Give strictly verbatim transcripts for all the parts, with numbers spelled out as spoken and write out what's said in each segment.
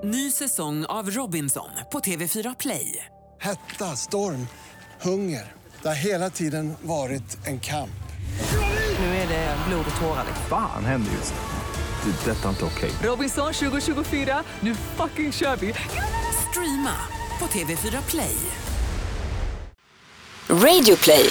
Ny säsong av Robinson på T V fyra Play. Hetta, storm, hunger. Det har hela tiden varit en kamp. Nu är det blod och tårar. Fan händer just nu. Det. Detta är inte okej. Robinson tjugo tjugofyra, nu fucking kör vi. Streama på T V fyra Play. Radio Play.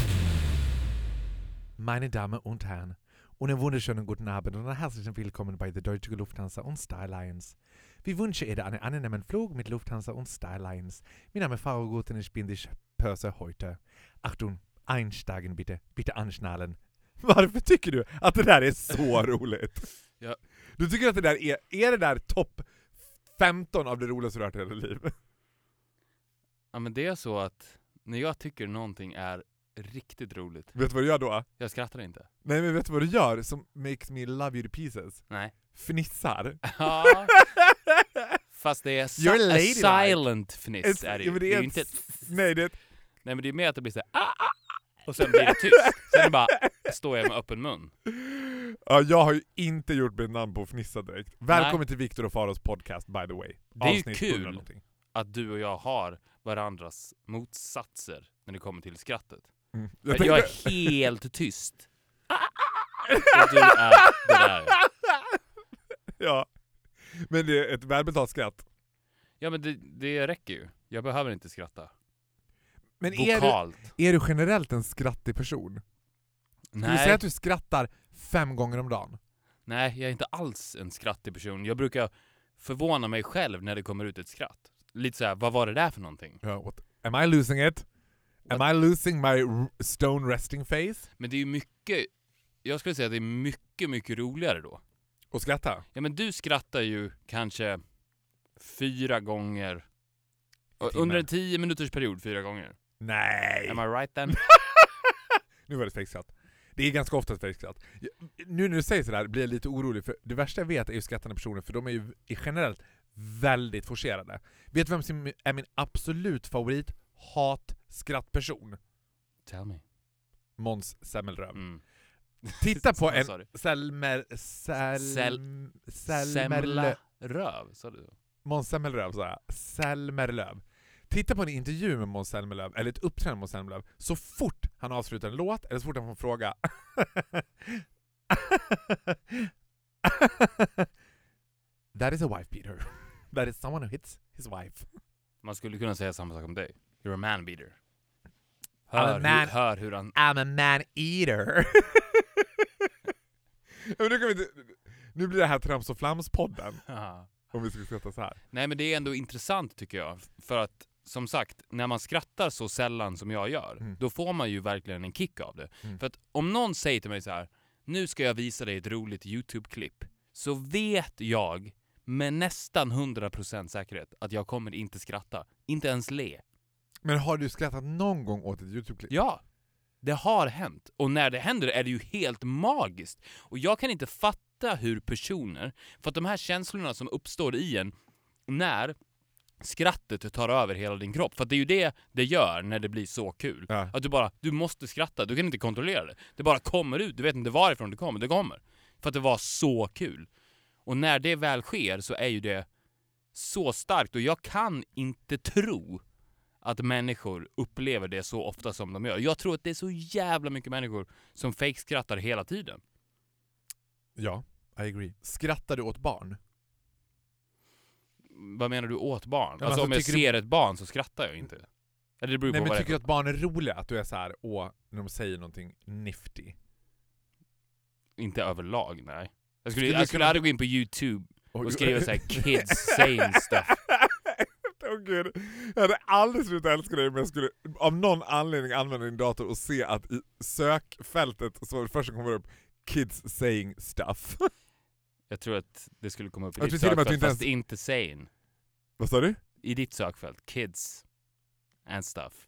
Meine Damen und Herren, und einen wunderschönen guten Abend und ein herzlichen Willkommen bei der Deutsche Lufthansa und Star Alliance. Wir wünschen Ihnen einen angenehmen Flug mit Lufthansa und Star Alliance. Mein Name ist Faro Guten, ich bin die Pörse heute. Achtung, einsteigen bitte, bitte anschnallen. Varför tycker du att det där är så roligt? Ja. Du tycker att det där är, är det där topp femton av det roligaste du har hört i hela livet? Ja, men det är så att när jag tycker någonting är riktigt roligt, Vet du vad du gör då? jag skrattar inte. Nej, men vet du vad du gör som makes me love you to pieces? Nej. Fnissar. Ja. Fast det är You're si- a ladylike. silent fniss It's- är det ja, ju. men Det det är är ju inte... ett- Nej, det är ett- Nej, men det är mer att det blir så här, ah, ah, ah, och sen blir det tyst. Sen bara står jag med öppen mun. Ja, jag har ju inte gjort mitt namn på fnissa direkt. Välkommen till Viktor och Faros podcast, by the way. Det är ju Avsnitt kul. hundra någonting. Att du och jag har varandras motsatser när det kommer till skrattet. Mm. Jag, Jag jag tänkte... är helt tyst. Och du är det där. Ja, men det är ett välbetalt skratt. Ja, men det, det räcker ju. Jag behöver inte skratta. Men är Vokalt. du, är du generellt en skrattig person? Skulle du säga Nej. att du skrattar fem gånger om dagen? Nej, jag är inte alls en skrattig person. Jag brukar förvåna mig själv när det kommer ut ett skratt. Lite så här, vad var det där för någonting? Ja, what? Am I losing it? Am I losing my r- stone resting face? Men det är ju mycket, jag skulle säga att det är mycket, mycket roligare då. Och skratta? Ja, men du skrattar ju kanske fyra gånger. Under en tio minuters period fyra gånger. Nej! Am I right then? Nu var det ett fejkskratt. Det är ganska ofta ett fejkskratt. Nu när du säger sådär blir jag lite orolig, för det värsta jag vet är ju skrattande personer, för de är ju är generellt väldigt forcerade. Vet du vem som är min absolut favorit hat-skrattperson? Tell me. Måns Semmelröv. Mm. Titta på Vad en sa du? Selmer... Sel, Sel- Selmerlöv. Röv, sa du? Måns Semmelröv, sa jag. Selmerlöv. Titta på en intervju med Måns Zelmerlöw, eller ett uppträdande med Måns Zelmerlöw, så fort han avslutar en låt, eller så fort han får en fråga. That is a wife beater. That is someone who hits his wife. Man skulle kunna säga samma sak om dig. You're a man beater. I'm a Hör, man- hur, hör hur han... I'm a man eater. Ja, men nu, kan vi inte, nu blir det här Trams och Flams-podden, om vi ska skratta så här. Nej, men det är ändå intressant tycker jag. För att, som sagt, när man skrattar så sällan som jag gör, Mm. då får man ju verkligen en kick av det. Mm. För att om någon säger till mig så här: nu ska jag visa dig ett roligt YouTube-klipp, så vet jag med nästan hundra procent säkerhet att jag kommer inte skratta. Inte ens le. Men har du skrattat någon gång åt ett YouTube-klipp? Ja, det har hänt. Och när det händer är det ju helt magiskt. Och jag kan inte fatta hur personer, för att de här känslorna som uppstår i en när skrattet tar över hela din kropp, för att det är ju det det gör när det blir så kul. Ja. Att du bara, du måste skratta, du kan inte kontrollera det. Det bara kommer ut, du vet inte varifrån det kommer, det kommer. För att det var så kul. Och när det väl sker så är ju det så starkt, och jag kan inte tro att människor upplever det så ofta som de gör. Jag tror att det är så jävla mycket människor som fake-skrattar hela tiden. Ja, I agree. Skrattar du åt barn? Vad menar du åt barn? Ja, alltså, alltså, om jag tycker ser ett barn så skrattar jag inte. Eller det beror på Nej, men vad det tycker är du att barn är roliga? Att du är så här, åh, när de säger någonting nifty? för. Inte överlag, nej. Jag skulle, Skulle jag du skulle kunna- aldrig gå in på YouTube och skriva så här kids saying stuff. Åh gud, jag hade aldrig slutat älska dig, men jag skulle av någon anledning använda din dator och se att i sökfältet så var det första som kommer upp kids saying stuff. Jag tror att det skulle komma upp i Jag ditt tror till och med att sökfält, du inte fast inte saying. Vad sa du? I ditt sökfält, kids and stuff.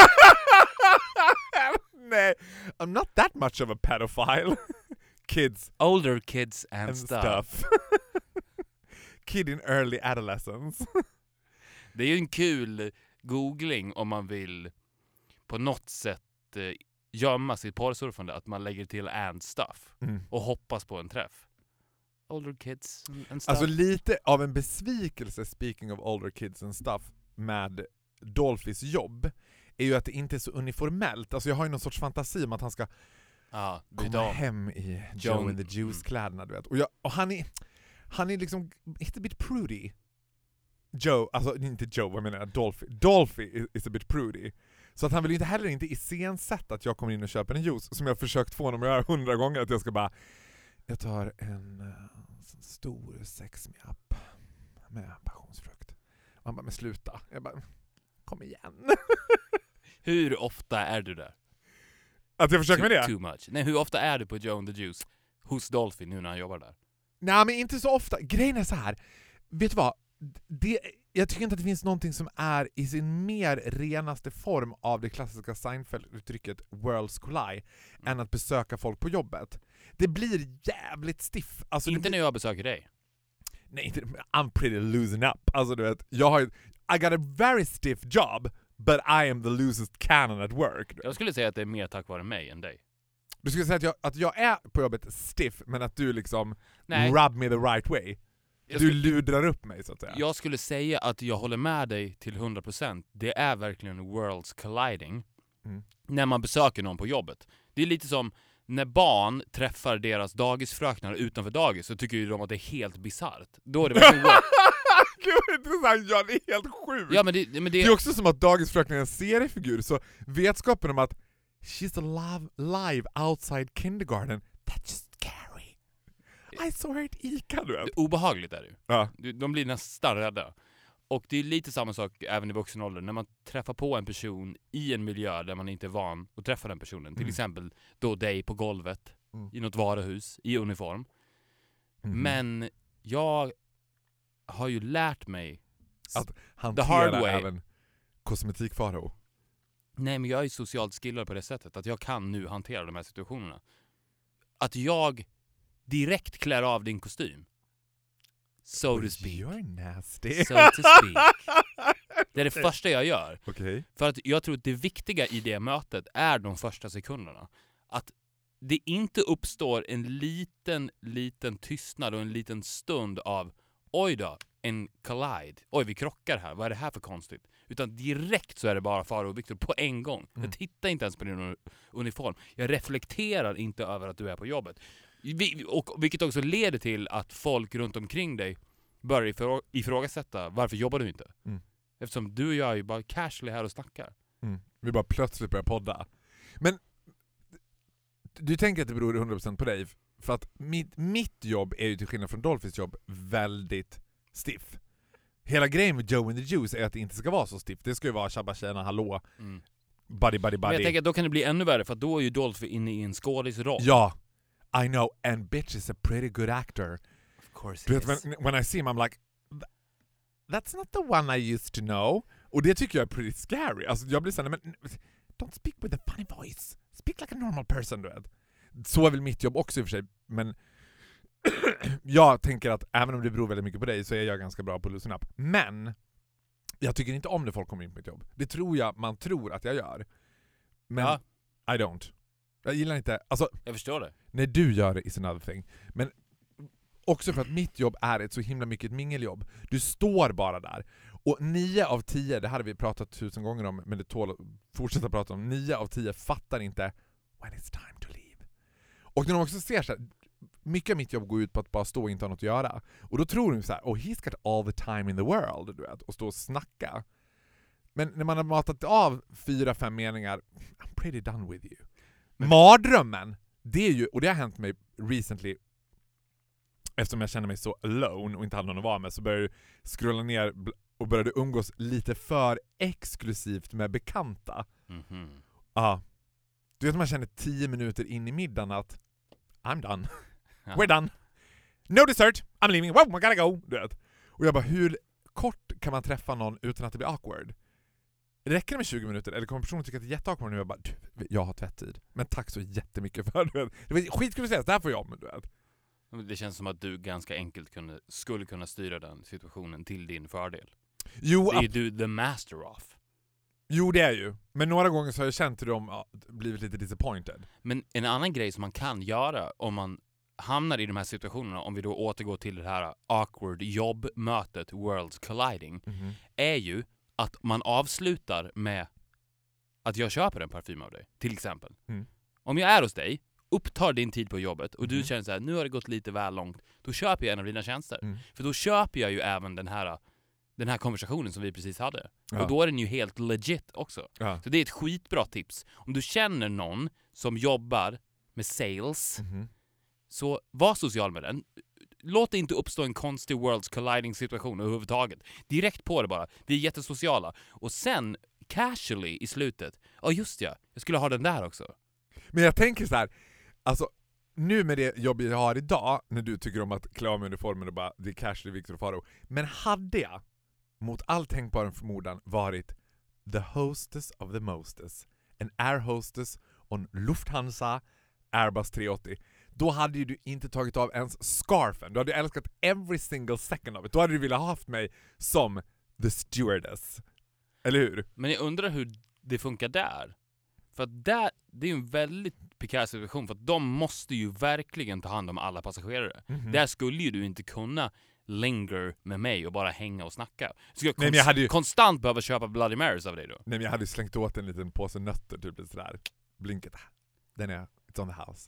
Nej, I'm not that much of a pedophile. Kids Older kids and, and stuff. stuff. Kid in early adolescence. Det är ju en kul googling om man vill på något sätt eh, gömma sitt porrsurfande, att man lägger till and stuff Mm. och hoppas på en träff. older kids and, and stuff. Alltså lite av en besvikelse, speaking of older kids and stuff, med Dolphys jobb är ju att det inte är så uniformellt. Alltså jag har ju någon sorts fantasi om att han ska ah, komma av. hem i Joe John. and the Juice-kläderna, du vet. Och, jag, och han är han är liksom it's a bit prudy. Joe, alltså inte Joe, jag menar Dolphy. Dolphy is, is a bit prudy. Så att han vill ju inte heller inte iscensätta att jag kommer in och köper en juice, som jag har försökt få honom att göra hundra gånger, att jag ska bara jag tar en uh, stor sexmjapp med passionsfrukt. Och han bara, men sluta. Jag bara, kom igen. Hur ofta är du där? Att jag försöker med det? Too much. Nej, hur ofta är du på Joe and the Juice hos Dolphy nu när han jobbar där? Nej, men inte så ofta. Grejen är så här. Vet du vad? Det, jag tycker inte att det finns någonting som är i sin mer renaste form av det klassiska Seinfeld-uttrycket Worlds Collide mm. än att besöka folk på jobbet. Det blir jävligt stiff. Alltså, inte blir... när jag besöker dig. Nej, inte, I'm pretty losing up. Alltså du vet, jag har I got a very stiff job, but I am the loosest cannon at work. Jag skulle säga att det är mer tack vare mig än dig. Du skulle säga att jag, att jag är på jobbet stiff, men att du liksom Nej. rub me the right way. Jag du skulle, ludrar upp mig så att säga. Jag skulle säga att jag håller med dig till hundra procent. Det är verkligen worlds colliding. Mm. När man besöker någon på jobbet. Det är lite som när barn träffar deras dagisfröknar utanför dagis, så tycker ju de att det är helt bizarrt. Då är det verkligen Gud, intressant. Ja, det är helt sjukt. Ja, men det, men det... det är också som att dagisfröknar är en seriefigur, så vetskapen om att she's alive live outside kindergarten, that's just scary. I saw her at Ica, du vet. Det är obehagligt är det ju. Ja. De blir nästan rädda. Och det är lite samma sak även i vuxen ålder. När man träffar på en person i en miljö där man inte är van att träffa den personen. Mm. Till exempel då dig på golvet, mm. i något varuhus, i uniform. Mm. Men jag har ju lärt mig att hantera även kosmetikfaror. Nej, men jag är socialt skillad på det sättet att jag kan nu hantera de här situationerna. Att jag direkt klär av din kostym. So to speak. You're nasty. So to speak. Det är det första jag gör. Okay. För att jag tror att det viktiga i det mötet är de första sekunderna. Att det inte uppstår en liten, liten tystnad och en liten stund av oj då, en collide. Oj, vi krockar här. Vad är det här för konstigt? Utan direkt så är det bara Faro och Victor på en gång. Mm. Jag tittar inte ens på din uniform. Jag reflekterar inte över att du är på jobbet. Vi, och, vilket också leder till att folk runt omkring dig börjar ifrå- ifrågasätta varför jobbar du inte? Mm. Eftersom du och jag är ju bara casually här och snackar. Mm. Vi bara plötsligt börjar podda. Men du tänker att det beror hundra procent på dig? För att mitt, mitt jobb är ju till skillnad från Dolphys jobb väldigt stiff. Hela grejen med Joe and the Juice är att det inte ska vara så stiff. Det ska ju vara tjabba tjena, hallå, mm. buddy, buddy, buddy. Men jag tänker att då kan det bli ännu värre, för att då är ju Dolphy inne i en skådisroll. Ja, I know, and bitch is a pretty good actor. Of course du vet, when, when I see him I'm like, that's not the one I used to know. Och det tycker jag är pretty scary. Alltså jag blir såhär, men don't speak with a funny voice. Speak like a normal person, du vet. Så är väl mitt jobb också i och för sig, men jag tänker att även om det beror väldigt mycket på dig så är jag ganska bra på att loosen up. Men jag tycker inte om när folk kommer in på mitt jobb. Det tror jag man tror att jag gör. Men ja. I don't. Jag gillar inte, alltså jag förstår det. När du gör det is another thing. Men också för att mitt jobb är ett så himla mycket ett mingeljobb. Du står bara där. Och nio av tio, det hade vi pratat tusen gånger om, men det tål att fortsätta prata om. Nio av tio fattar inte when it's time to leave. Och när de också ser så här, mycket av mitt jobb går ut på att bara stå och inte ha något att göra. Och då tror de så här, oh he's got all the time in the world, du vet, och stå och snacka. Men när man har matat av fyra, fem meningar, I'm pretty done with you. Men mardrömmen, det är ju, och det har hänt mig recently, eftersom jag känner mig så alone och inte hade någon att vara med, så började jag skrulla ner och började umgås lite för exklusivt med bekanta. Mm-hmm. Ja. Du vet, man känner tio minuter in i middagen att I'm done. Ja. We're done. No dessert. I'm leaving. Wow, I gotta go. Du vet. Och jag bara, hur kort kan man träffa någon utan att det blir awkward? Räcker det med tjugo minuter? Eller kommer personen tycka att det är jätteawkward nu? Jag bara, du, jag har tvätttid. Men tack så jättemycket för det. Det var skitkul att säga, det här får jag med, du vet. Det känns som att du ganska enkelt kunde, skulle kunna styra den situationen till din fördel. Jo, det är du the master of. Jo, det är ju. Men några gånger så har jag känt hur de ja, blivit lite disappointed. Men en annan grej som man kan göra om man hamnar i de här situationerna, om vi då återgår till det här awkward jobbmötet, worlds colliding, Mhm. är ju att man avslutar med att jag köper en parfym av dig, till exempel. Mm. Om jag är hos dig, upptar din tid på jobbet och Mhm. du känner så här, nu har det gått lite väl långt, då köper jag en av dina tjänster. Mm. För då köper jag ju även den här den här konversationen som vi precis hade. Ja. Och då är den ju helt legit också. Ja. Så det är ett skitbra tips. Om du känner någon som jobbar med sales, Mhm. så var social med den. Låt det inte uppstå en konstig worlds colliding situation överhuvudtaget. Direkt på det bara. Vi är jättesociala. Och sen, casually i slutet, ja just ja, jag skulle ha den där också. Men jag tänker så här, alltså nu med det jobb jag har idag, när du tycker om att klä av mig uniformen och bara, det är casually Victor och Faro. Men hade jag, mot all tänkbar förmodan, varit the hostess of the mostess, en air hostess on Lufthansa Airbus tre åttio, då hade ju du inte tagit av ens scarfen. Du hade älskat every single second of it. Då hade du velat ha haft mig som the stewardess. Eller hur? Men jag undrar hur det funkar där. För att där, det är ju en väldigt prekär situation, för att de måste ju verkligen ta hand om alla passagerare. Mhm. Där skulle ju du inte kunna linger med mig och bara hänga och snacka. Skulle jag, Nej, men konst- jag hade ju- konstant behöva köpa Bloody Marys av dig då? Nej, men jag hade ju slängt åt en liten påse nötter, typ lite sådär. Blinket. Den är, it's on the house.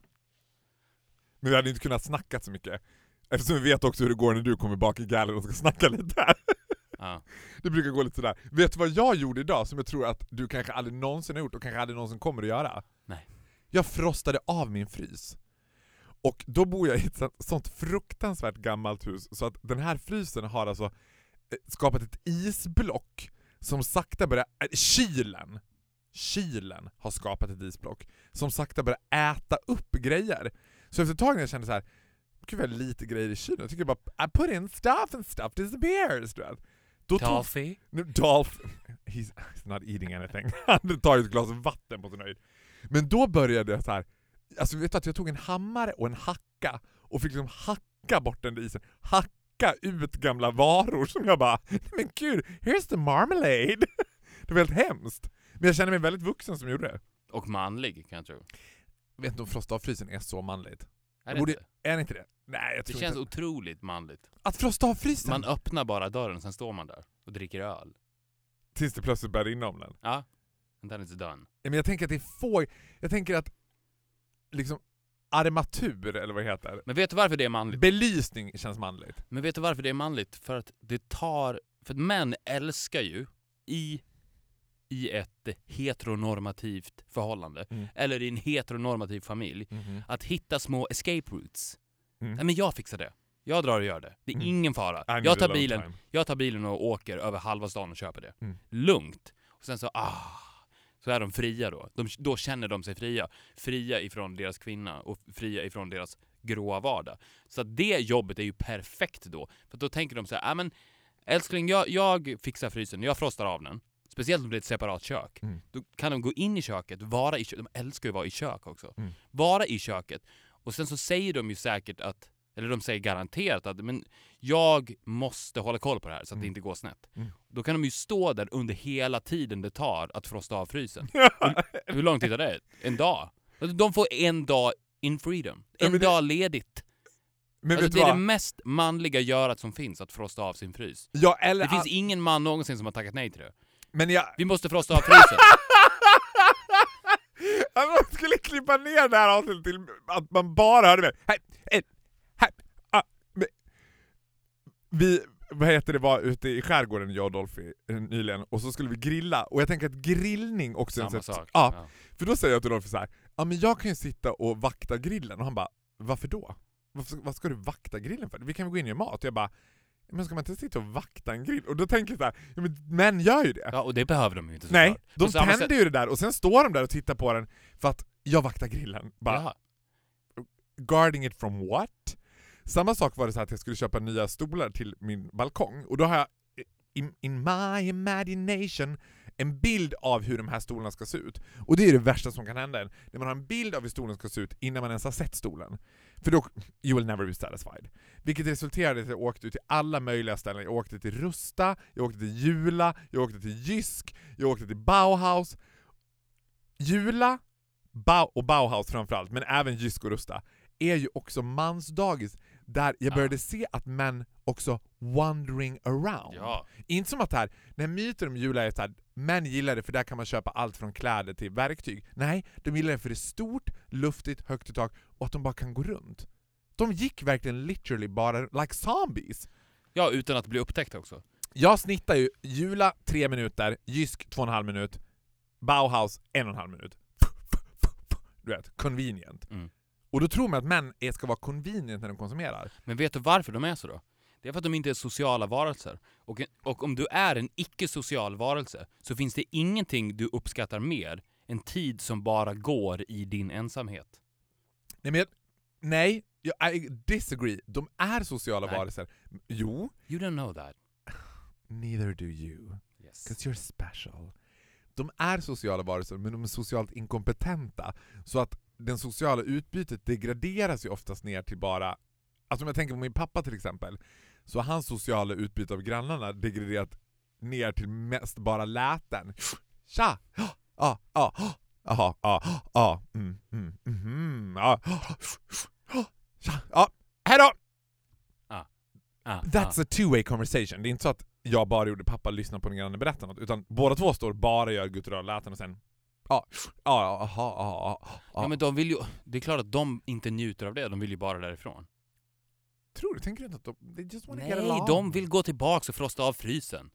Men vi hade inte kunnat snacka så mycket. Eftersom vi vet också hur det går när du kommer bak i gallen och ska snacka lite här. Ja. Det brukar gå lite sådär. Vet du vad jag gjorde idag som jag tror att du kanske aldrig någonsin har gjort och kanske aldrig någonsin kommer att göra? Nej. Jag frostade av min frys. Och då bor jag i ett sånt, sånt fruktansvärt gammalt hus så att den här frysen har alltså eh, skapat ett isblock som sakta börjar... Äh, kylen! Kylen har skapat ett isblock som sakta börjar äta upp grejer. Så efter ett tag när jag kände så här, gud vad lite grejer i kylen. Jag tycker bara, I put in stuff and stuff disappears. Du vet. Då tog, Toffee? nu, Dolph, he's, he's not eating anything. Han tar ett glas vatten på sin höjd. Men då började jag så här, alltså vet du att jag tog en hammare och en hacka och fick liksom hacka bort den där isen. Hacka ut gamla varor som jag bara, men gud, here's the marmalade. Det var helt hemskt. Men jag känner mig väldigt vuxen som gjorde det. Och manlig, kan jag tro. Vet inte om frosta av frysen är så manligt. Är det Borde, inte? är det inte det? Nej, jag Det tror känns inte. otroligt manligt. Att frosta av frysen? Man öppnar bara dörren, sen står man där och dricker öl. Tills det plötsligt börjar rinna om den. Ja, and then it's done. Men jag tänker att det är få... Jag tänker att liksom armatur, eller vad det heter. Men vet du varför det är manligt? Belysning känns manligt. Men vet du varför det är manligt? För att det tar... För att män älskar ju i, i ett heteronormativt förhållande, Mm. eller i en heteronormativ familj, Mm-hmm. att hitta små escape routes. Mm. Nej, men jag fixar det. Jag drar och gör det. Det är Mm. ingen fara. I need Jag a tar, long bilen, time. jag tar bilen och åker över halva stan och köper det. Mm. Lugnt. Och sen så, ah, så är de fria då. De, då känner de sig fria. Fria ifrån deras kvinna och fria ifrån deras gråa vardag. Så att det jobbet är ju perfekt då. För då tänker de så här, ah, men älskling, jag, jag fixar frysen. Jag frostar av den. Speciellt om det är ett separat kök. Mm. Då kan de gå in i köket, vara i köket. De älskar ju att vara i kök också. Mm. Vara i köket. Och sen så säger de ju säkert att, eller de säger garanterat att, men jag måste hålla koll på det här så att Mm. det inte går snett. Mm. Då kan de ju stå där under hela tiden det tar att frosta av frysen. hur, hur lång tid är det? En dag? De får en dag in freedom. Ja, En men det- dag ledigt. Men Alltså, vet det du är det vad? mest manliga görat som finns, att frosta av sin frys. Ja, eller... Det finns ingen man någonsin som har tackat nej till det. Men jag... Vi måste frosta av frysen. Jag skulle klippa ner det här avsnittet till att man bara hörde mig. Hej, hej, hej, ah, men- Vi, vad heter det, var ute i skärgården, jag och Dolphy, nyligen. Och så skulle vi grilla. Och jag tänker att grillning också är Samma en sätt... sak. Ja, Ja. för då säger jag till Dolphy så här: ja men jag kan ju sitta och vakta grillen. Och han bara, varför då? Varför, vad ska du vakta grillen för? Vi kan väl gå in i mat. Och jag bara, men ska man inte sitta och vakta en grill? Och då tänker jag så här, ja, men män gör ju det. Ja, och det behöver de ju inte. Nej, såklart. de På samma tänder sätt- ju det där och sen står de där och tittar på den för att jag vaktar grillen. Bara, Ja. guarding it from what? Samma sak var det så här att jag skulle köpa nya stolar till min balkong. Och då har jag in, in my imagination en bild av hur de här stolarna ska se ut. Och det är det värsta som kan hända en. När man har en bild av hur stolen ska se ut innan man ens har sett stolen. För då, you will never be satisfied. Vilket resulterade i att jag åkte ut till alla möjliga ställen. Jag åkte till Rusta, jag åkte till Jula, jag åkte till Jysk, jag åkte till Bauhaus. Jula, Bau och Bauhaus framförallt, men även Jysk och Rusta. är ju också mansdagis där jag började Ja. se att män också wandering around. Ja. Inte som att här, när myter om Jula är så här, män gillar det för där kan man köpa allt från kläder till verktyg. Nej, de gillar det för det är stort, luftigt, högt i tak och att de bara kan gå runt. De gick verkligen literally bara like zombies. Ja, utan att bli upptäckt också. Jag snittar ju Jula tre minuter, Jysk två och en halv minut, Bauhaus en och en halv minut. Du vet, convenient. Mm. Och då tror man att män är, ska vara convenient när de konsumerar. Men vet du varför de är så då? Det är för att de inte är sociala varelser. Och, och om du är en icke-social varelse så finns det ingenting du uppskattar mer än tid som bara går i din ensamhet. Nej, men jag, nej, jag, I disagree. De är sociala Nej. varelser. Jo. You don't know that. Neither do you. Yes. 'Cause you're special. De är sociala varelser, men de är socialt inkompetenta. Så att den sociala utbytet degraderas ju oftast ner till bara... Alltså om jag tänker på min pappa till exempel, så har hans sociala utbyte av grannarna degraderat ner till mest bara läten. Tja! Ja, ja, ja, ja, ja, mm, mm, mm, ja, tja, ja, hej då! Ah, That's ah. a two-way conversation. Det är inte så att jag bara gjorde pappa lyssna på den granne berätta något, utan båda två står bara och gör gutturalläten och sen ja, ja, ja, ja, ja. Ja, men de vill ju... Det är klart att de inte njuter av det. De vill ju bara därifrån. Tror du? Tänker du inte att de... They just wanna Nej, get along? de vill gå tillbaka och frosta av frysen.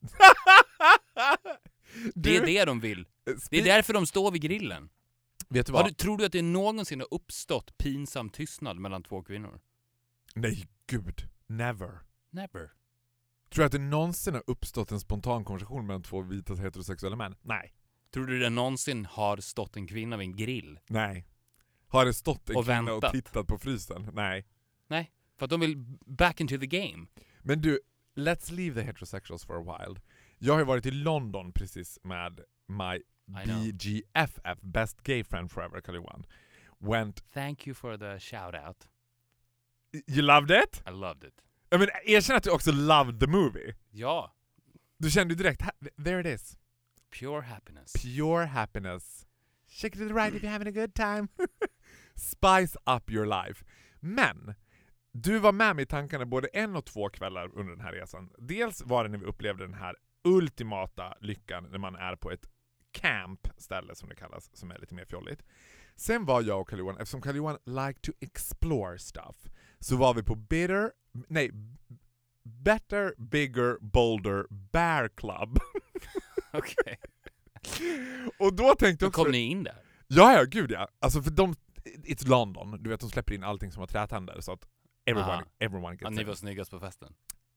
Det är Du, det de vill. Det är spe- därför de står vid grillen. Vet du Har vad? du, tror du att det någonsin har uppstått pinsam tystnad mellan två kvinnor? Nej, gud. Never. Never. Tror du att det någonsin har uppstått en spontan konversation mellan två vita heterosexuella män? Nej. Tror du det någonsin har stått en kvinna vid en grill? Nej. Har det stått en Och kvinna väntat. och tittat på frysen? Nej. Nej, för att de vill back into the game. Men du, let's leave the heterosexuals for a while. Jag har ju varit i London precis med my B G F F, Best Gay Friend Forever, Karl-Johan. Went... Thank you for the shout out. You loved it? I loved it. Jag mean, erkänn att du också loved the movie. Ja, Du kände ju direkt, ha- there it is. pure happiness. Pure happiness. Shake it to the right if you're having a good time. Spice up your life. Men du var med mig i tankarna både en och två kvällar under den här resan. Dels var det när vi upplevde den här ultimata lyckan när man är på ett camp-ställe som det kallas, som är lite mer fjolligt. Sen var jag och Karl-Johan, eftersom Karl-Johan like to explore stuff, så var vi på bitter, nej, Better, Bigger, Bolder Bear Club. Okej. Och då tänkte jag Då också... kom ni in där? Ja, ja, gud ja. Alltså för de... It's London. Du vet, de släpper in allting som har trätänder så att everyone, Aha. everyone Ja, gets ni in. var snyggast på festen.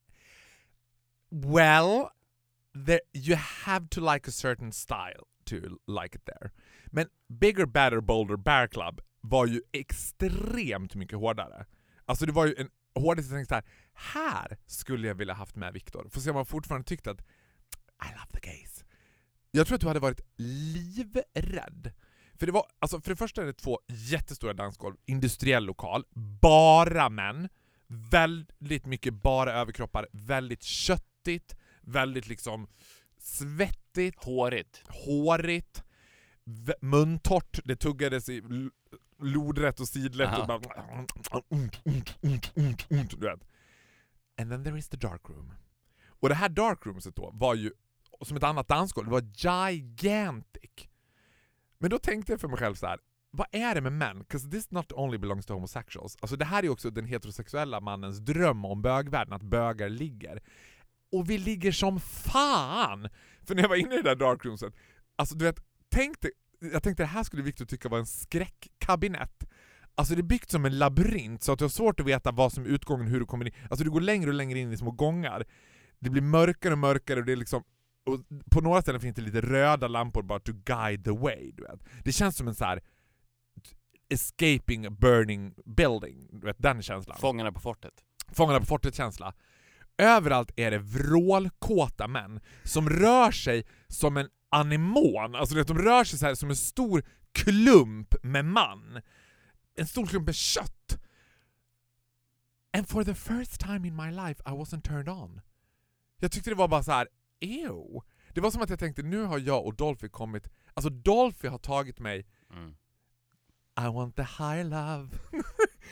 Well, there, you have to like a certain style to like it there. Men Bigger, Better, Bolder Bear Club var ju extremt mycket hårdare. Alltså det var ju en hårdare, jag tänkte så här, här skulle jag vilja haft med Viktor. För se om man fortfarande tyckte att I love the gays. Jag tror att du hade varit livrädd. För det var, alltså för det första är det två jättestora dansgolv, industriell lokal, bara män, väldigt mycket bara överkroppar, väldigt köttigt, väldigt liksom svettigt, Hårigt. hårigt, v- muntorrt, det tuggades i l- lodrätt och sidlätt Aha. och bara ont, ont, ont, ont, ont, du vet. And then there is the dark room. Och det här dark roomset då var ju som ett annat dansgolv, det var gigantic. Men då tänkte jag för mig själv så här: vad är det med män? Because this not only belongs to homosexuals. Alltså det här är också den heterosexuella mannens dröm om bögvärlden, att bögar ligger. Och vi ligger som fan! För när jag var inne i det där darkroomset, alltså du vet, tänkte, jag tänkte det här skulle Victor tycka var en skräckkabinett. Alltså det är byggt som en labyrint så att du har svårt att veta vad som är utgången, hur du kommer in. Alltså du går längre och längre in i små gångar. Det blir mörkare och mörkare och det är liksom, och på några ställen finns det lite röda lampor bara to guide the way, du vet. Det känns som en så här escaping a burning building, du vet, den känslan. Fångarna på fortet. Fångarna på fortet-känsla. Överallt är det vrålkåta män som rör sig som en anemon. Alltså du vet, de rör sig så här som en stor klump med man. En stor klump med kött. And for the first time in my life I wasn't turned on. Jag tyckte det var bara så här, ew. Det var som att jag tänkte, nu har jag och Dolphy kommit, alltså Dolphy har tagit mig. Mm. I want the high love.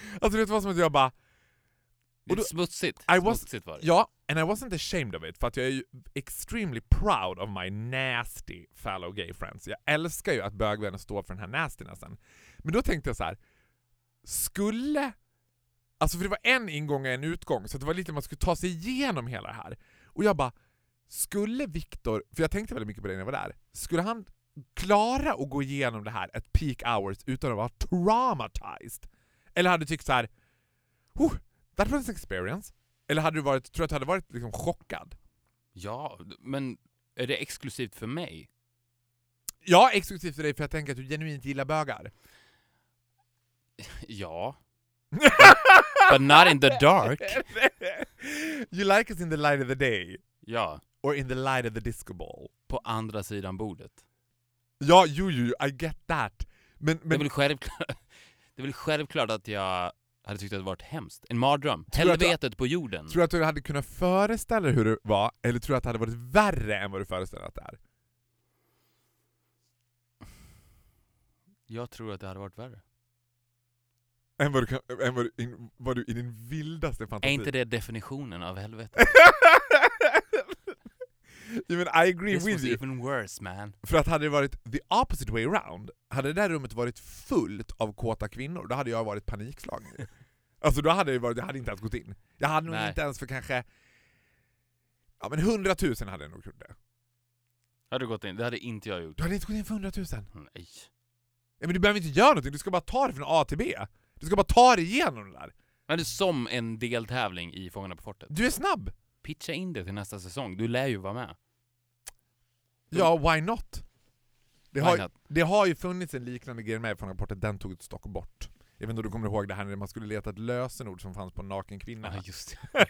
Alltså det var som att jag bara... Det är då, smutsigt. I was, smutsigt var det. Ja, and I wasn't ashamed of it. För att jag är ju extremely proud of my nasty fellow gay friends. Jag älskar ju att bögvänner står för den här nastinessen. Men då tänkte jag så här: skulle... Alltså för det var en ingång och en utgång. Så det var lite man skulle ta sig igenom hela det här. Och jag bara... Skulle Victor... För jag tänkte väldigt mycket på det när jag var där. Skulle han klara att gå igenom det här ett peak hours utan att vara traumatized? Eller hade du tyckt så här... Oh, that was an experience. Eller hade du varit, tror du att du hade varit liksom chockad? Ja, men är det exklusivt för mig? Ja, exklusivt för dig, för jag tänker att du genuint gillar bögar. Ja. But not in the dark. You like us in the light of the day. Ja. Or in the light of the disco ball. På andra sidan bordet. Ja, jo, jo, I get that. Men, men... Det är väl självklart, det är väl självklart att jag hade tyckt att det varit hemskt. En mardröm. Tror Helvetet du, på jorden. Tror du att du hade kunnat föreställa dig hur det var? Eller tror du att det hade varit värre än vad du föreställer att det är? Jag tror att det hade varit värre. Än vad du, kan, än vad du, in, vad du i din vildaste fantasi. Är inte det definitionen av helvetet? I mean, I agree This with was you. even worse, man. För att hade det varit the opposite way around, hade det där rummet varit fullt av kåta kvinnor, då hade jag varit panikslagen. Alltså då hade det varit, jag hade inte ens gått in. Jag hade nog Nej. inte ens för kanske... Ja men hundratusen hade jag nog gjort det. Hade du gått in? Det hade inte jag gjort. Du hade inte gått in för hundratusen. Nej. Ja, men du behöver inte göra någonting, du ska bara ta det från A till B. Du ska bara ta det igenom det där. Men det är som en deltävling i Fångarna på fortet. Du är snabb. Pitcha in det till nästa säsong. Du lär ju vara med. Ja, why not? Det Why har, not? det har ju funnits en liknande grej med från rapporten, den tog ett stock bort. Jag vet inte om du kommer ihåg det här när man skulle leta ett lösenord som fanns på naken kvinna. Ja, just det.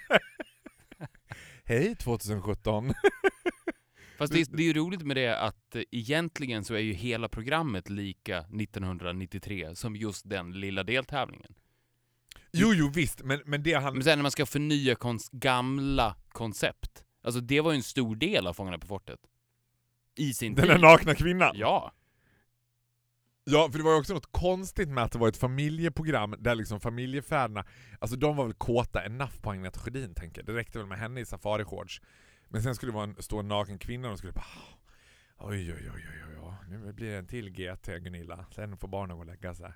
Hej tjugohundrasjutton. Fast det är, det är ju roligt med det att eh, egentligen så är ju hela programmet lika nittonhundranittiotre som just den lilla deltävlingen. Jo, jo, visst. Men, men det han... Men sen när man ska förnya kons- gamla koncept. Alltså det var ju en stor del av Fångarna på fortet. I sin Den tid. där nakna kvinnan. Ja. Ja, för det var ju också något konstigt med att det var ett familjeprogram där liksom familjefäderna, alltså de var väl kåta enough på Agneta Sjödin, tänker jag. Det räckte väl med henne i safari-shorts. Men sen skulle det vara en, stå en naken kvinna och skulle bara oj, oj, oj, oj, oj, nu blir det en till G T, Gunilla. Sen får barnen gå och lägga sig.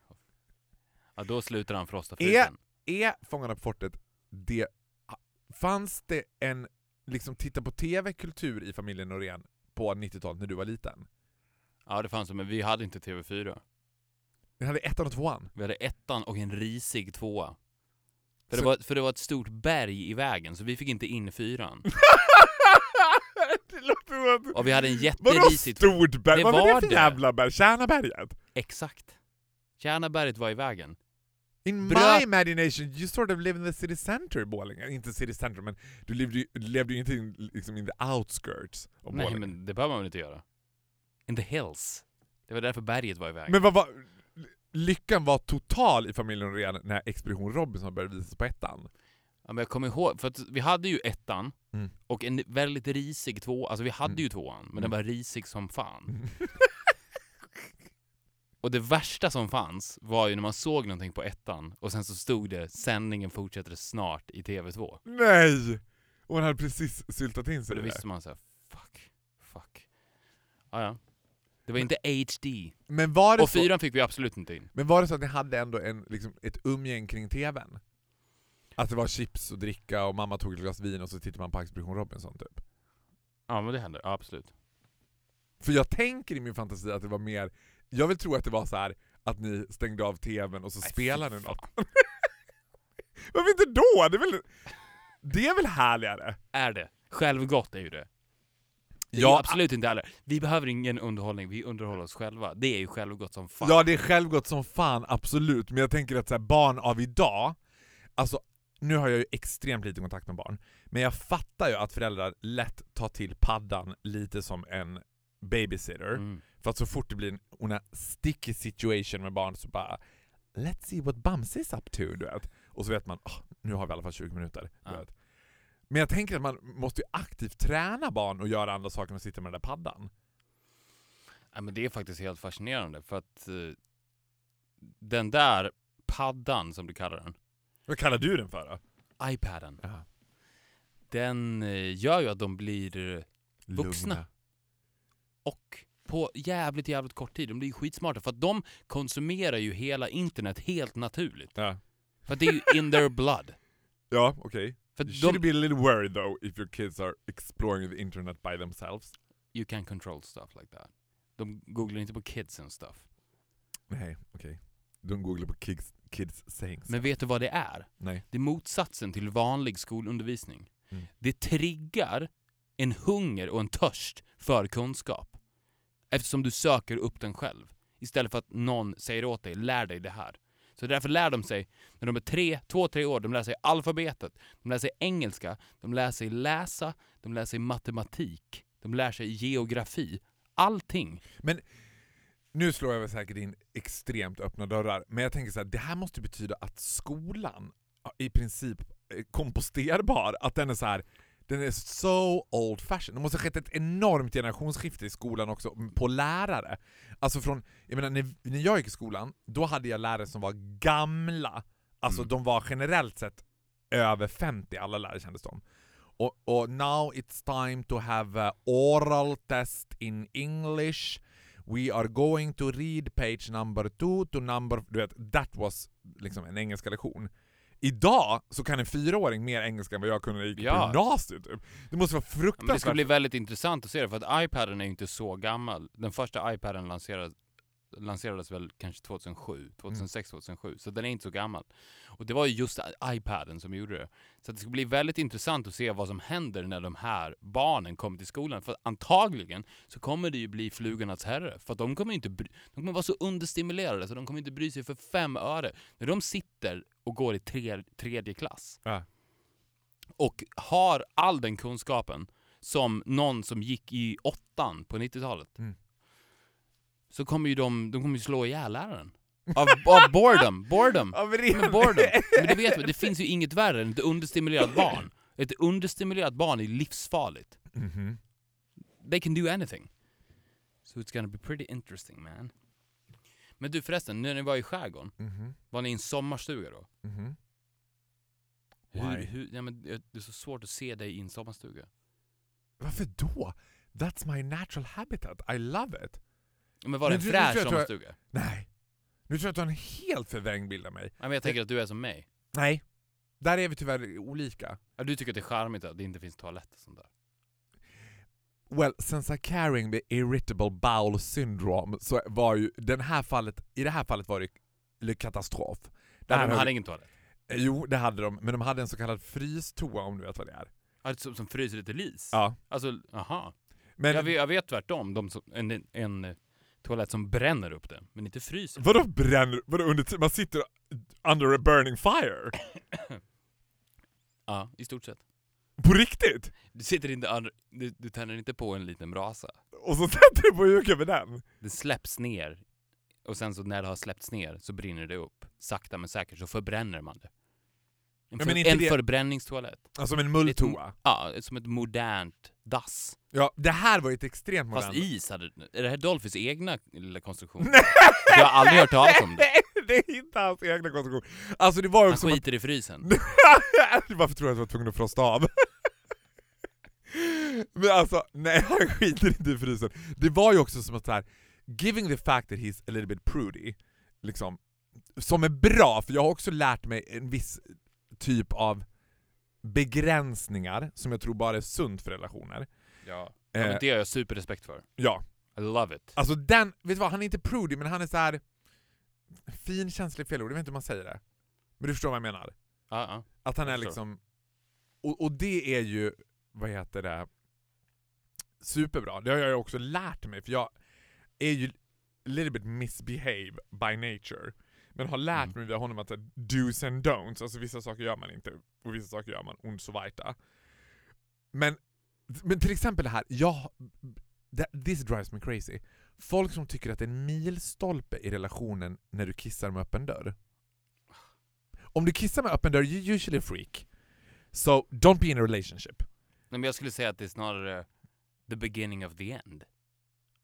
Ja, då slutar han frosta Är, fluten. är Fångarna på fortet det, fanns det en liksom titta på tv-kultur i familjen Norén på nittiotalet när du var liten? Ja, det fanns det, men vi hade inte T V fyra. Vi hade ettan och tvåan. Vi hade ettan och en risig tvåa. För, Så- det var, för det var ett stort berg i vägen, så vi fick inte in fyran. Det låter som att... Och vi hade en Vadå jätterisig tvåa. stort berg? Det Vad var det var för det. jävla berg? Tjärnaberget? Exakt. Tjärnaberget var i vägen. In Bröt- my imagination, you sort of live in the city center, Borlänge. Inte city center, men du levde ju, levde ju inte in, liksom in the outskirts av Nej, Borlänge. men det behöver man väl inte göra. In the hills. Det var därför berget var i vägen. Men vad var... Lyckan var total i familjen redan när Expedition Robinson började visas på ettan. Ja, men jag kommer ihåg, för att vi hade ju ettan Mm. och en väldigt risig tvåa. Alltså vi hade Mm. ju tvåan, men Mm. den var risig som fan. Mm. Och det värsta som fanns var ju när man såg någonting på ettan och sen så stod det sändningen fortsätter snart i T V två. Nej! Och han hade precis syltat in Så sig då i visste det. man så här, fuck, fuck. Ah, ja. Det var inte H D. Men var det Och så... fyran fick vi absolut inte in. Men var det så att ni hade ändå en, liksom, ett umgäng kring tvn? Att det var chips och dricka och mamma tog ett glas vin och så tittade man på Expedition Robinson typ? Ja, men det hände. Ja, absolut. För jag tänker i min fantasi att det var mer... Jag vill tro att det var så här att ni stängde av tvn och så Nej, spelade fy ni fan. något. Varför inte då? Det är väl, det är väl härligare? Är det. Självgott är ju det. Det är Ja, ju absolut inte heller. Vi behöver ingen underhållning, vi underhåller oss själva. Det är ju självgott som fan. Ja, det är självgott som fan, absolut. Men jag tänker att så här, barn av idag... Alltså, nu har jag ju extremt lite kontakt med barn. Men jag fattar ju att föräldrar lätt tar till paddan lite som en babysitter. Mm. För att så fort det blir en una sticky situation med barn så bara let's see what Bamse is up to, du vet. Och så vet man, oh, nu har vi i alla fall tjugo minuter. Du Ja. vet. Men jag tänker att man måste ju aktivt träna barn och göra andra saker än att sitta med den där paddan. Ja, men det är faktiskt helt fascinerande för att eh, den där paddan som du kallar den. Vad kallar du den för då? iPaden. Aha. Den eh, gör ju att de blir eh, vuxna. Lugna. Och på jävligt jävligt kort tid. De blir ju skitsmarta för att de konsumerar ju hela internet helt naturligt. Ja. För att det är ju in their blood. Ja, okej. Okay. För You att should de, be a little worried though if your kids are exploring the internet by themselves. you can control stuff like that. De googlar inte på kids and stuff. Nej, okej. Okay. De googlar på kids, kids sayings. Men vet du vad det är? Nej. Det är motsatsen till vanlig skolundervisning. Mm. Det triggar en hunger och en törst för kunskap. Eftersom du söker upp den själv. Istället för att någon säger åt dig, lär dig det här. Så därför lär de sig, när de är tre, två, tre år, de lär sig alfabetet. De lär sig engelska, de lär sig läsa, de lär sig matematik. De lär sig geografi. Allting. Men nu slår jag väl säkert in extremt öppna dörrar. Men jag tänker så här, det här måste betyda att skolan i princip är komposterbar. Att den är så här, den är so old fashioned. Det måste ha skett ett enormt generationsskifte i skolan också på lärare. Alltså från, jag menar, när, när jag gick i skolan, då hade jag lärare som var gamla. Alltså Mm. de var generellt sett över femtio, alla lärare kändes de. Och, och now it's time to have a oral test in English. We are going to read page number two to number... Du vet, that was liksom en engelska lektion. Idag så kan en fyraåring mer engelska än vad jag kunde gick Ja. på gymnasiet. Typ. Det måste vara Men det ska fruktansvärt. bli väldigt intressant att se det, för att iPaden är ju inte så gammal. Den första iPaden lanserades, lanserades väl kanske tjugohundrasju, tjugohundrasex, tjugohundrasju. Så den är inte så gammal. Och det var ju just iPaden som gjorde det. Så det ska bli väldigt intressant att se vad som händer när de här barnen kommer till skolan. För antagligen så kommer det ju bli flugornas herre. För att de kommer inte bry- de kommer vara så understimulerade så de kommer inte bry sig för fem öre. När de sitter och går i tre, tredje klass Ja. och har all den kunskapen som någon som gick i åttan på nittiotalet. Mm. Så kommer ju de, de kommer ju slå ihjäl läraren. Av, av boredom. Boredom. Av Men boredom. Men det vet vi, det finns ju inget värre än ett understimulerat barn. Ett understimulerat barn är livsfarligt. Mhm. They can do anything. So it's gonna be pretty interesting, man. Men du förresten, när ni var i skärgården, Mhm. var ni i en sommarstuga då? Mhm. Hur, Why? hur, ja, men det är så svårt att se dig i en sommarstuga. Varför då? That's my natural habitat. I love it. Men var det en Men du- du fräsch tror jag- sommarstuga? Nej. Nu tror jag att du har en helt förvrängd bild av mig. Ja, men jag tänker att du är som mig. Nej. Där är vi tyvärr olika. Ja, du tycker att det är charmigt att det inte finns toalett och sånt där. Well, since I'm carrying the irritable bowel syndrome så var ju den här fallet, i det här fallet var det en katastrof. Ja, Där de har hade vi- ingen toalett. Jo, det hade de, men de hade en så kallad frystoa om du vet vad det är. Ja, som, som fryser lite lis. Ja. Alltså, aha. Men Jag vet, jag vet tvärtom. De som, en, en eh, toalett som bränner upp det, men inte fryser. vadå bränner? Vadå under t- man sitter under a burning fire? Ja, i stort sett. På riktigt? Du sitter inte under, du, du tänder inte på en liten brasa. Och så sätter du på huk över den. Det släpps ner. Och sen så när det har släppts ner så brinner det upp. Sakta men säkert så förbränner man det. En, Ja, för, men inte en det- förbränningstoalett. Alltså som en mulltoa. Ja, som ett modernt dass. Ja, det här var ju ett extremt Fast modernt. is hade... Är det här Dolphys egna lilla konstruktion? Jag har aldrig hört talas om det. Nej, det är inte hans egna konstruktion. Alltså det var ju Han också som att... skiter i frysen. Varför tror jag att jag var tvungen att frosta av? Men alltså, nej, han skiter inte i frysen. Det var ju också som att så här, giving the fact that he's a little bit prudy, liksom, som är bra, för jag har också lärt mig en viss typ av begränsningar som jag tror bara är sunt för relationer. Ja. Eh. Ja, men det har jag superrespekt för. Ja, I love it. alltså den, vet du vad, han är inte prudy, men han är så här finkänslig felord, jag vet inte hur man säger det. Men du förstår vad jag menar. Ja, ja. Att han är Jag förstår. liksom... Och, och det är ju, vad heter det, superbra. Det har jag ju också lärt mig, för jag är ju a little bit misbehave by nature. Men har lärt Mm. mig via honom att do's and don'ts, alltså vissa saker gör man inte och vissa saker gör man und so weiter. Men, men till exempel det här, jag, that, this drives me crazy. Folk som tycker att det är en milstolpe i relationen när du kissar med öppen dörr. Om du kissar med öppen dörr, you're usually a freak. So, don't be in a relationship. Nej, men jag skulle säga att det är snarare the beginning of the end.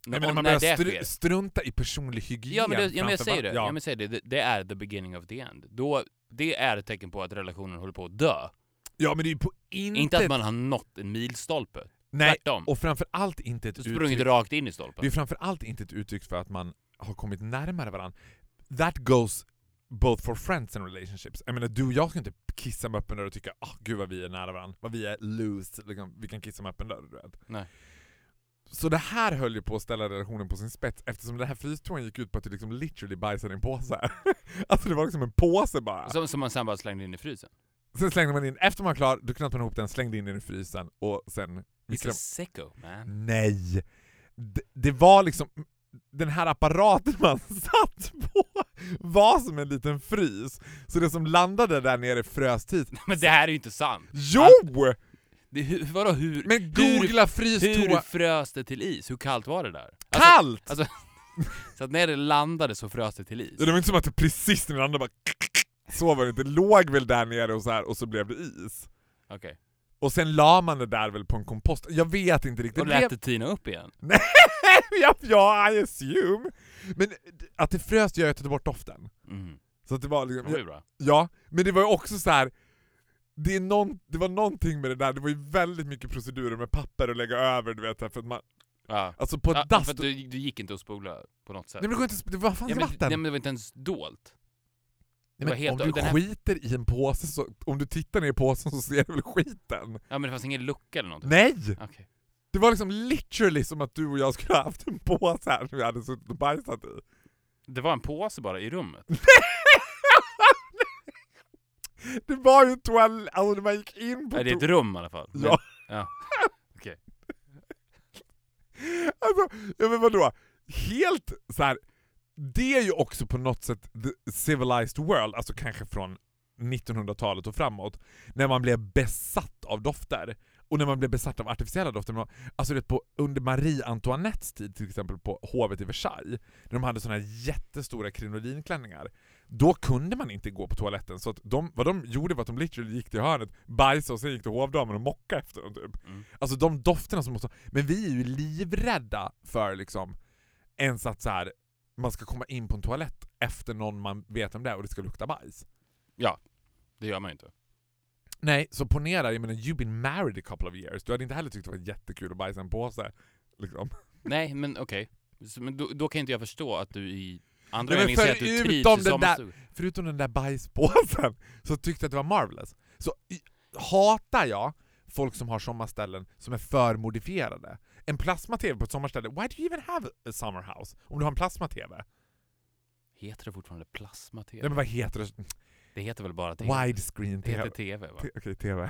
Nej, men och man när börjar det str- sker. strunta i personlig hygien. Ja men, det, ja, men jag framför säger va- det, Ja. ja. men säger det. Det, det är the beginning of the end. Då, det är ett tecken på att relationen håller på att dö. ja, men det är ju på intet... Inte att man har nått en milstolpe. Nej, Tvärtom. och framför allt inte ett Du sprungit uttryck... rakt in i Det är stolpen. framför allt inte ett uttryck för att man har kommit närmare varandra. That goes both for friends and relationships. Jag menar, du och jag ska inte kissa med öppen dörr och tycka åh oh, gud vad vi är nära varandra. Vad vi är loose. Liksom, vi kan kissa med öppen dörr, du vet. Nej. Så det här höll ju på att ställa relationen på sin spets eftersom det här frystoan gick ut på att du liksom literally bajsade i en påse. Alltså det var liksom en påse bara. Som, som man sen bara slängde in i frysen. Sen slängde man in, efter man var klar, då knöt man ihop den, slängde in den i frysen och sen... It's a sicko, man. Nej! Det, det var liksom... Den här apparaten man satt på var som en liten frys. Så det som landade där nere frös tid. Men det här är ju inte sant. Jo! Det, hur, vadå, hur, Men googla hur frystoa... frös det till is? Hur kallt var det där? Alltså, Kallt! Alltså, så att när det landade så frös det till is. Det var inte som att det precis när det landade bara... Så var det inte. Det låg väl där nere och så här och så blev det is. Okej. Okay. Och sen la man det där väl på en kompost. Jag vet inte riktigt. Och lät det tina upp igen? Nej, ja, ja, I assume. Men att det frös gör att ta bort doften. Mm. Så att det var liksom... Det var ju bra. Ja, men det var ju också så här. Det, är någon, det var någonting med det där. Det var ju väldigt mycket procedurer med papper att lägga över, du vet. För att man, Ja. alltså på ett Ja, dass... för att du, du gick inte att spola på något sätt. Nej, men det går inte... Det var fan ja, men, vatten. nej, men det var inte ens dolt. Det Nej, var helt, om du den här, skiter i en påse så... Om du tittar ner i påsen så ser du väl skiten? ja, men det fanns ingen lucka eller någonting. Nej! Okay. Det var liksom literally som att du och jag skulle ha haft en påse här som vi hade suttit och bajsat i. Det var en påse bara i rummet. Det var ju en toalett, alltså när man gick in på... Nej, det är ett rum i alla fall. Men, Ja. ja. Okej. Alltså, ja men vadå? Helt så här. Det är ju också på något sätt the civilized world, alltså kanske från nittonhundratalet och framåt, när man blev besatt av dofter. Och när man blev besatt av artificiella dofter. Alltså det på, under Marie Antoinettes tid till exempel på hovet i Versailles, när de hade såna här jättestora krinolinklänningar, då kunde man inte gå på toaletten. Så att de, vad de gjorde var att de literally gick till hörnet, bajsade och sen gick till hovdamen och mocka efter dem typ. Mm. Alltså de dofterna som måste... Men vi är ju livrädda för liksom ens att så här, man ska komma in på en toalett efter någon man vet om det är och det ska lukta bajs. Ja, det gör man inte. Nej, så ponera, jag menar, you've been married a couple of years. Du hade inte heller tyckt det var jättekul att bajsa en påse. Liksom. Nej, men okej. Okay. Men då, då kan inte jag förstå att du i andra Nej, meningen säger att du trivs i den där, sommarstugan. förutom den där bajspåsen så tyckte jag att det var marvelous. Så i, hatar jag folk som har sommarställen som är för modifierade. En plasma-tv på ett sommarställe, why do you even have a summer house? Om du har en plasma-tv. Heter det fortfarande plasma-tv? Nej, men vad heter det? Det heter väl bara tv? Widescreen Det heter tv. tv, va? Okej, okay, tv.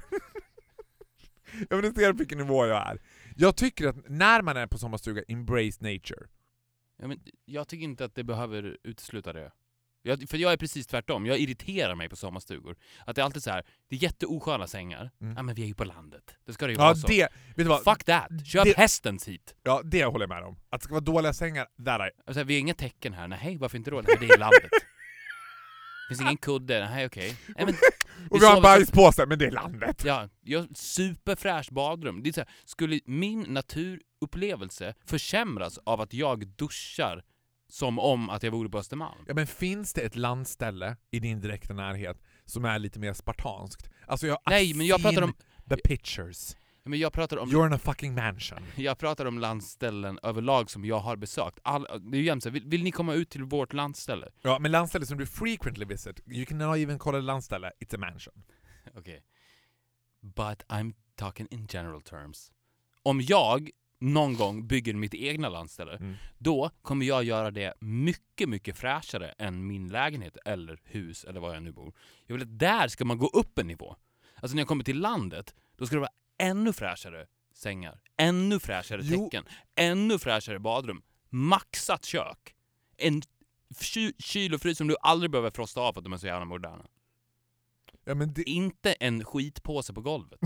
Jag vill se vilken nivå jag är. Jag tycker att när man är på sommarstuga, embrace nature. Ja, men jag tycker inte att det behöver utesluta det. Jag, för jag är precis tvärtom. Jag irriterar mig på sommarstugor. Att det är alltid så här, det är jätteosköna sängar. Ja, men vi är ju på landet. Det ska det ju Ja, vara så. det, vet du vad? Fuck that. Köp Det- hästens hit. Ja, det håller jag med om. Att det ska vara dåliga sängar, där är Alltså, vi har inga tecken här. Nej, varför inte då? Nej, det är landet. Finns ingen kudde. Nej, okej. Nej, men Och vi har en sover- bajspåse, men det är landet. Ja, jag superfräscht badrum. Det är så här, skulle min naturupplevelse försämras av att jag duschar som om att jag vore på Östermalm? Ja, men finns det ett landställe i din direkta närhet som är lite mer spartanskt? Alltså jag har Nej, men jag pratar om the pictures. men jag pratar om You're in a fucking mansion. jag pratar om landställen överlag som jag har besökt. All, det är ju jämt så här, vill, vill ni komma ut till vårt landställe? Ja, men landställe som du frequently visit, you can not even call it a landställe, it's a mansion. Okej. Okay. But I'm talking in general terms. Om jag någon gång bygger mitt egna landställe, Mm. då kommer jag göra det mycket, mycket fräschare än min lägenhet eller hus eller var jag nu bor. Jag vill att där ska man gå upp en nivå. Alltså när jag kommer till landet, då ska det vara ännu fräschare sängar, ännu fräschare Jo. täcken, ännu fräschare badrum, maxat kök, en ky- kyl och frys som du aldrig behöver frosta av för att de är så jävla moderna. Ja, men det... Inte en skitpåse på golvet.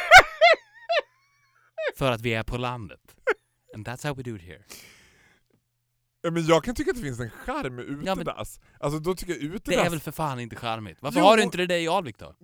För att vi är på landet. And that's how we do it here. Ja, men jag kan tycka att det finns en charm med utedass. Ja, men- Alltså då tycker jag utedass... Det är väl för fan inte charmigt. Varför Jo. har du inte det där i Alvik då?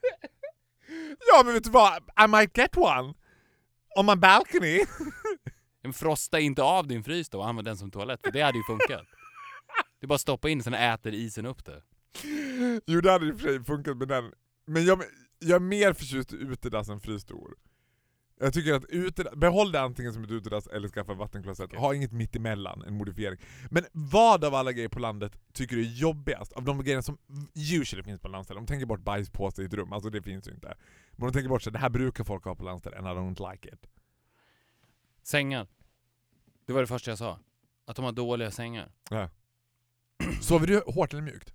Ja, men vet du vad? I might get one. On my balcony. Men frosta inte av din frys då och använd den som toalett. För det hade ju funkat. Det är bara att stoppa in sen äter isen upp det. Jo, det hade i och för sig funkat med den. Men jag, jag är mer förtjust i utedass än frystor. Jag tycker att utedass, behåll det antingen som ett utedass eller skaffa vattenklosett. Okay. Ha inget mitt emellan, en modifiering. Men vad av alla grejer på landet tycker du är jobbigast? Av de grejerna som usually finns på landställen. De tänker bort bajspåse i ett rum, alltså det finns ju inte. Men de tänker bort sig, det här brukar folk ha på landställen and I don't like it. Sängar. Det var det första jag sa. Att de har dåliga sängar. Ja. Sover du hårt eller mjukt?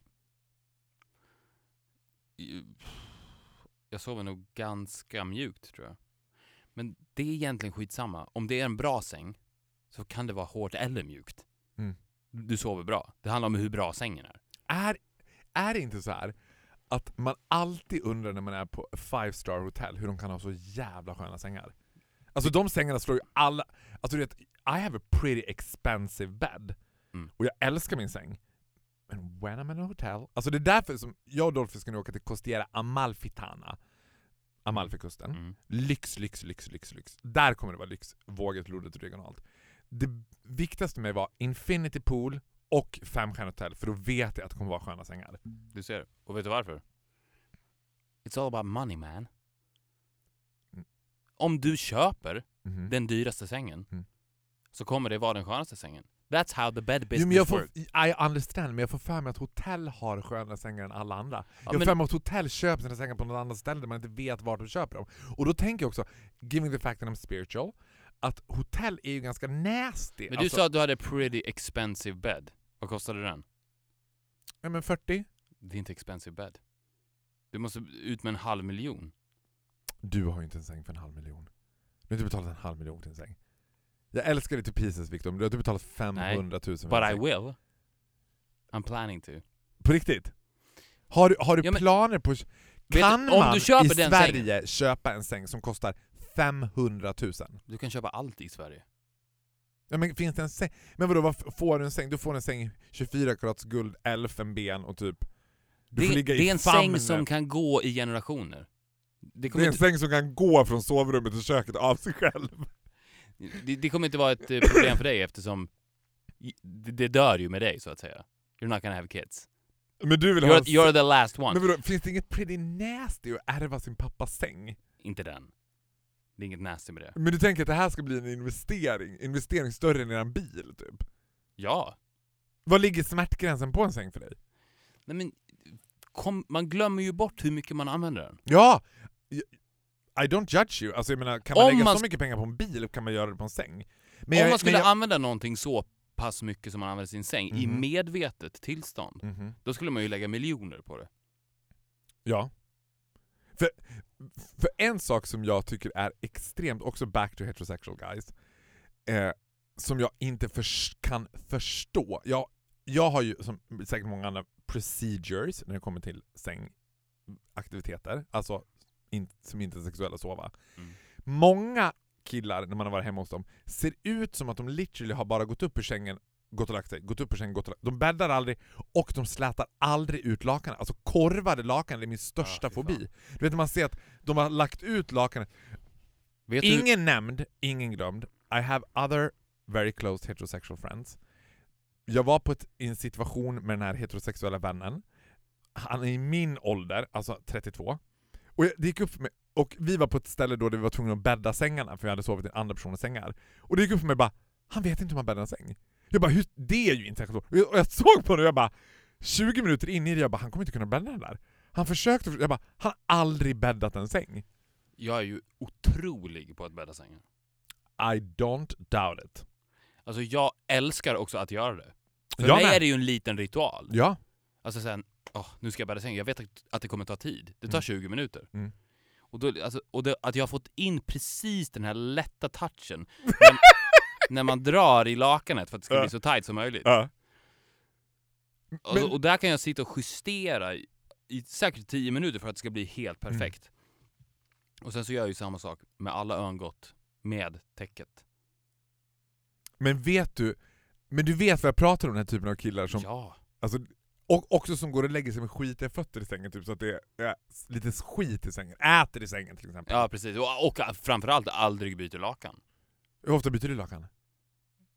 Jag sover nog ganska mjukt, tror jag. Men det är egentligen skitsamma. Om det är en bra säng så kan det vara hårt eller mjukt. Mm. Du sover bra. Det handlar om hur bra sängen är. Är, är det inte så här att man alltid undrar när man är på five star hotel hur de kan ha så jävla sköna sängar? Alltså de sängarna slår ju alla... Alltså du vet, I have a pretty expensive bed. Mm. Och jag älskar min säng. Men when I'm in a hotel... Alltså det är därför som jag och Dolphy ska nu åka till Costiera Amalfitana. Amalfikusten. Mm. Lyx, lyx, lyx, lyx, lyx. Där kommer det vara lyx. Våget, lodet och regionalt. Det viktigaste med var Infinity Pool och femstjärnehotell. För då vet jag att det kommer vara sköna sängar. Du ser. Och vet du varför? It's all about money, man. Mm. Om du köper mm-hmm. den dyraste sängen mm. så kommer det vara den skönaste sängen. That's how the bed business jo, men jag får, works. I understand, men jag får för mig att hotell har skönare sängar än alla andra. Ja, jag får men... för mig att hotell köper sina sängar på något annat ställe där man inte vet vart de köper dem. Och då tänker jag också, giving the fact that I'm spiritual, att hotell är ju ganska nasty. Men du alltså... sa att du hade pretty expensive bed. Vad kostade den? Ja, men fyrtio. Det är inte expensive bed. Du måste ut med en halv miljon. Du har ju inte en säng för en halv miljon. Du har inte betalat en halv miljon till en säng. Jag älskar det till pieces, Victor, men du har inte betalat femhundratusen. But I will. I'm planning to. På riktigt? Har du, har du ja, men, planer på... Kan du, om man du köper i den Sverige sängen, köpa en säng som kostar femhundratusen? Du kan köpa allt i Sverige. Ja, men finns det en säng? Men vadå, vad får du en säng? Du får en säng tjugofyra karats guld, elfenben och typ... Du det, får ligga det i är en famnen. Säng som kan gå i generationer. Det, det är en inte... säng som kan gå från sovrummet till köket av sig själv. Det, det kommer inte vara ett problem för dig eftersom det, det dör ju med dig, så att säga. You're not gonna have kids. Men du vill you're, ha you're the last one. Men vadå, finns det inget pretty nasty att ärva sin pappas säng? Inte den. Det är inget nasty med det. Men du tänker att det här ska bli en investering? Investering större än en bil, typ? Ja. Vad ligger smärtgränsen på en säng för dig? Nej, men kom, man glömmer ju bort hur mycket man använder den. Ja! I don't judge you. Alltså jag menar, kan man Om lägga man... så mycket pengar på en bil kan man göra det på en säng. Men Om jag, man skulle jag... använda någonting så pass mycket som man använder sin säng mm-hmm. i medvetet tillstånd, mm-hmm. då skulle man ju lägga miljoner på det. Ja. För, för en sak som jag tycker är extremt, också back to heterosexual guys, eh, som jag inte för, kan förstå. Jag, jag har ju, som säkert många andra, procedures när det kommer till sängaktiviteter. Alltså In, som inte är sexuella sova. Mm. Många killar, när man har varit hemma hos dem, ser ut som att de literally har bara gått upp ur sängen, gått och lagt sig, gått upp ur sängen, gått och lagt. De bäddar aldrig och de slätar aldrig ut lakanen. Alltså korvade lakan är min största ja, fobi. Du vet, man ser att de har lagt ut lakanet. Vet ingen du... nämnd, ingen glömd. I have other very close heterosexual friends. Jag var på ett, i en situation med den här heterosexuella vännen. Han är i min ålder, alltså trettiotvå. Och det gick upp för mig, och vi var på ett ställe då där vi var tvungna att bädda sängarna för vi hade sovit i andra personers sängar. Och det gick upp för mig bara, han vet inte hur man bäddar en säng. Jag bara, hur, det är ju inte så. Och jag såg på honom och jag bara, tjugo minuter in i det, jag bara, han kommer inte kunna bädda den där. Han försökte, jag bara, han har aldrig bäddat en säng. Jag är ju otrolig på att bädda sängen. I don't doubt it. Alltså jag älskar också att göra det. För jag mig med. är det ju en liten ritual. Ja. Alltså sen, oh, nu ska jag bädda sängen. Jag vet att det kommer ta tid. Det tar mm. tjugo minuter. Mm. Och, då, alltså, och det, att jag har fått in precis den här lätta touchen när, när man drar i lakanet för att det ska uh. bli så tight som möjligt. Uh. Men... Och, och där kan jag sitta och justera i, i säkert tio minuter för att det ska bli helt perfekt. Mm. Och sen så gör jag ju samma sak med alla örngott med täcket. Men vet du, men du vet vad jag pratar om, den här typen av killar som... Ja. Alltså, och också som går och lägger sig med skitiga fötter i sängen, typ, så att det är lite skit i sängen. Äter i sängen till exempel. Ja, precis. Och, och framförallt aldrig byter lakan. Hur ofta byter du lakan?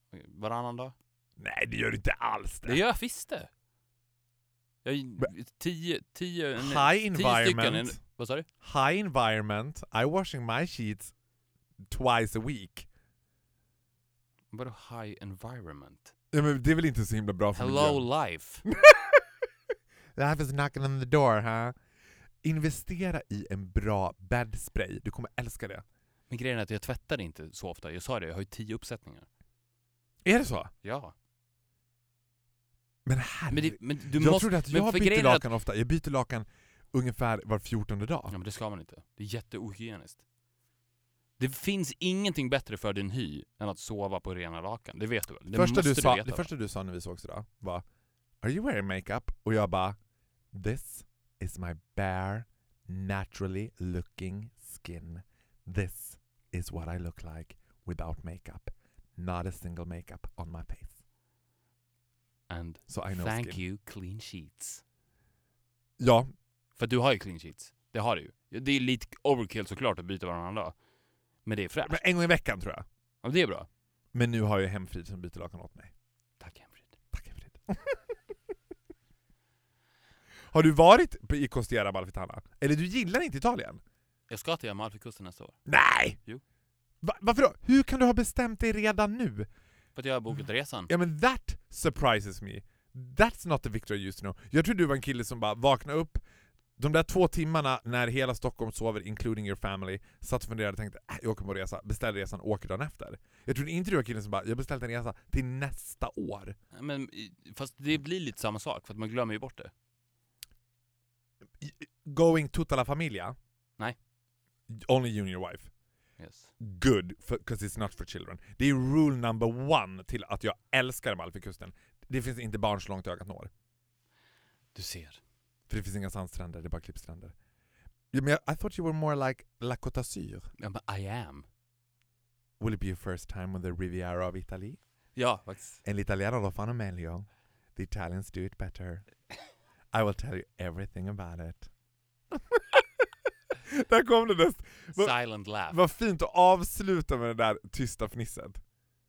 Varannan dag? Nej, det gör du inte alls det. Det gör jag visst det. Jag tio, tio, High tio environment. stycken. Vad sa du? High environment. I washing my sheets twice a week. Vadå high environment? Ja, men det är väl inte så himla bra för Hello miljön. life. Life is knocking on the door, huh? Investera i en bra bäddspray. Du kommer älska det. Men grejen är att jag tvättar inte så ofta. Jag sa det, jag har ju tio uppsättningar. Är det så? Ja. Men herre, Men, det, men du jag måste... trodde att men jag för byter grejen är lakan ofta. Jag byter lakan ungefär var fjortonde dag. Ja, men det ska man inte. Det är jätteohygieniskt. Det finns ingenting bättre för din hy än att sova på rena lakan. Det vet du väl? Det första måste du du sa, veta, det va? första du sa när vi sågs idag var Are you wearing makeup? Och jag bara This is my bare, naturally looking skin. This is what I look like without makeup. Not a single makeup on my face. And So I know thank skin. you clean sheets. Ja, För du har ju clean sheets. Det har du ju. Det är lite overkill såklart att byta varannan dag. Men det är fräscht. men en gång i veckan tror jag. Ja, det är bra. Men nu har jag Hemfrid som byter lakan åt mig. Tack Hemfrid. Tack Hemfrid. Har du varit på i Costiera Amalfitana? Eller du gillar inte Italien? Jag ska till Amalfikusten nästa år. Nej! Jo. Va, varför då? Hur kan du ha bestämt dig redan nu? För att jag har bokat resan. Ja men that surprises me. That's not the Victor I used to know. Jag tror du var en kille som bara vaknade upp de där två timmarna när hela Stockholm sover, including your family, satt och funderade och tänkte äh, jag kommer att resa, beställde resan och åker dagen efter. Jag trodde inte du var killen som bara jag beställde en resa till nästa år. Men, fast det blir lite samma sak för att man glömmer ju bort det. Going tutta la familia? Nej. Only you and your wife. Yes. Good, because it's not for children. Det är rule number one till att jag älskar Amalfikusten. Det finns inte barn så långt ögat når. Du ser. För det finns inga sandstränder, det är bara klippstränder. Ja, men I thought you were more like La Côte d'Azur. Ja, men I am. Will it be your first time on the Riviera of Italy? Ja, faktiskt. En l'italiano lo fanno meglio. The Italians do it better. I will tell you everything about it. Där kom det näst. Va, Silent laugh. vad fint att avsluta med det där tysta fnisset.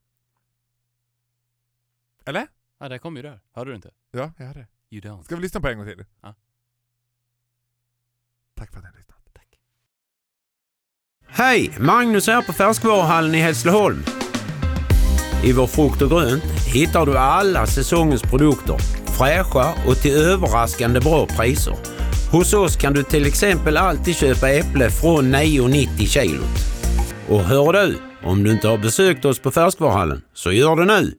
Eller? Ja, där kom ju där. Hörde du inte? Ja, jag hörde. You don't. Ska vi lyssna på en gång till? Ja. Tack för att ni har lyssnat. Tack. Hej! Magnus här på Färskvaruhallen i Hässleholm. I vår frukt och grönt hittar du alla säsongens produkter, fräscha och till överraskande bra priser. Hos oss kan du till exempel alltid köpa äpple från nio nittio kilot. Och hör du, om du inte har besökt oss på Färskvaruhallen så gör det nu!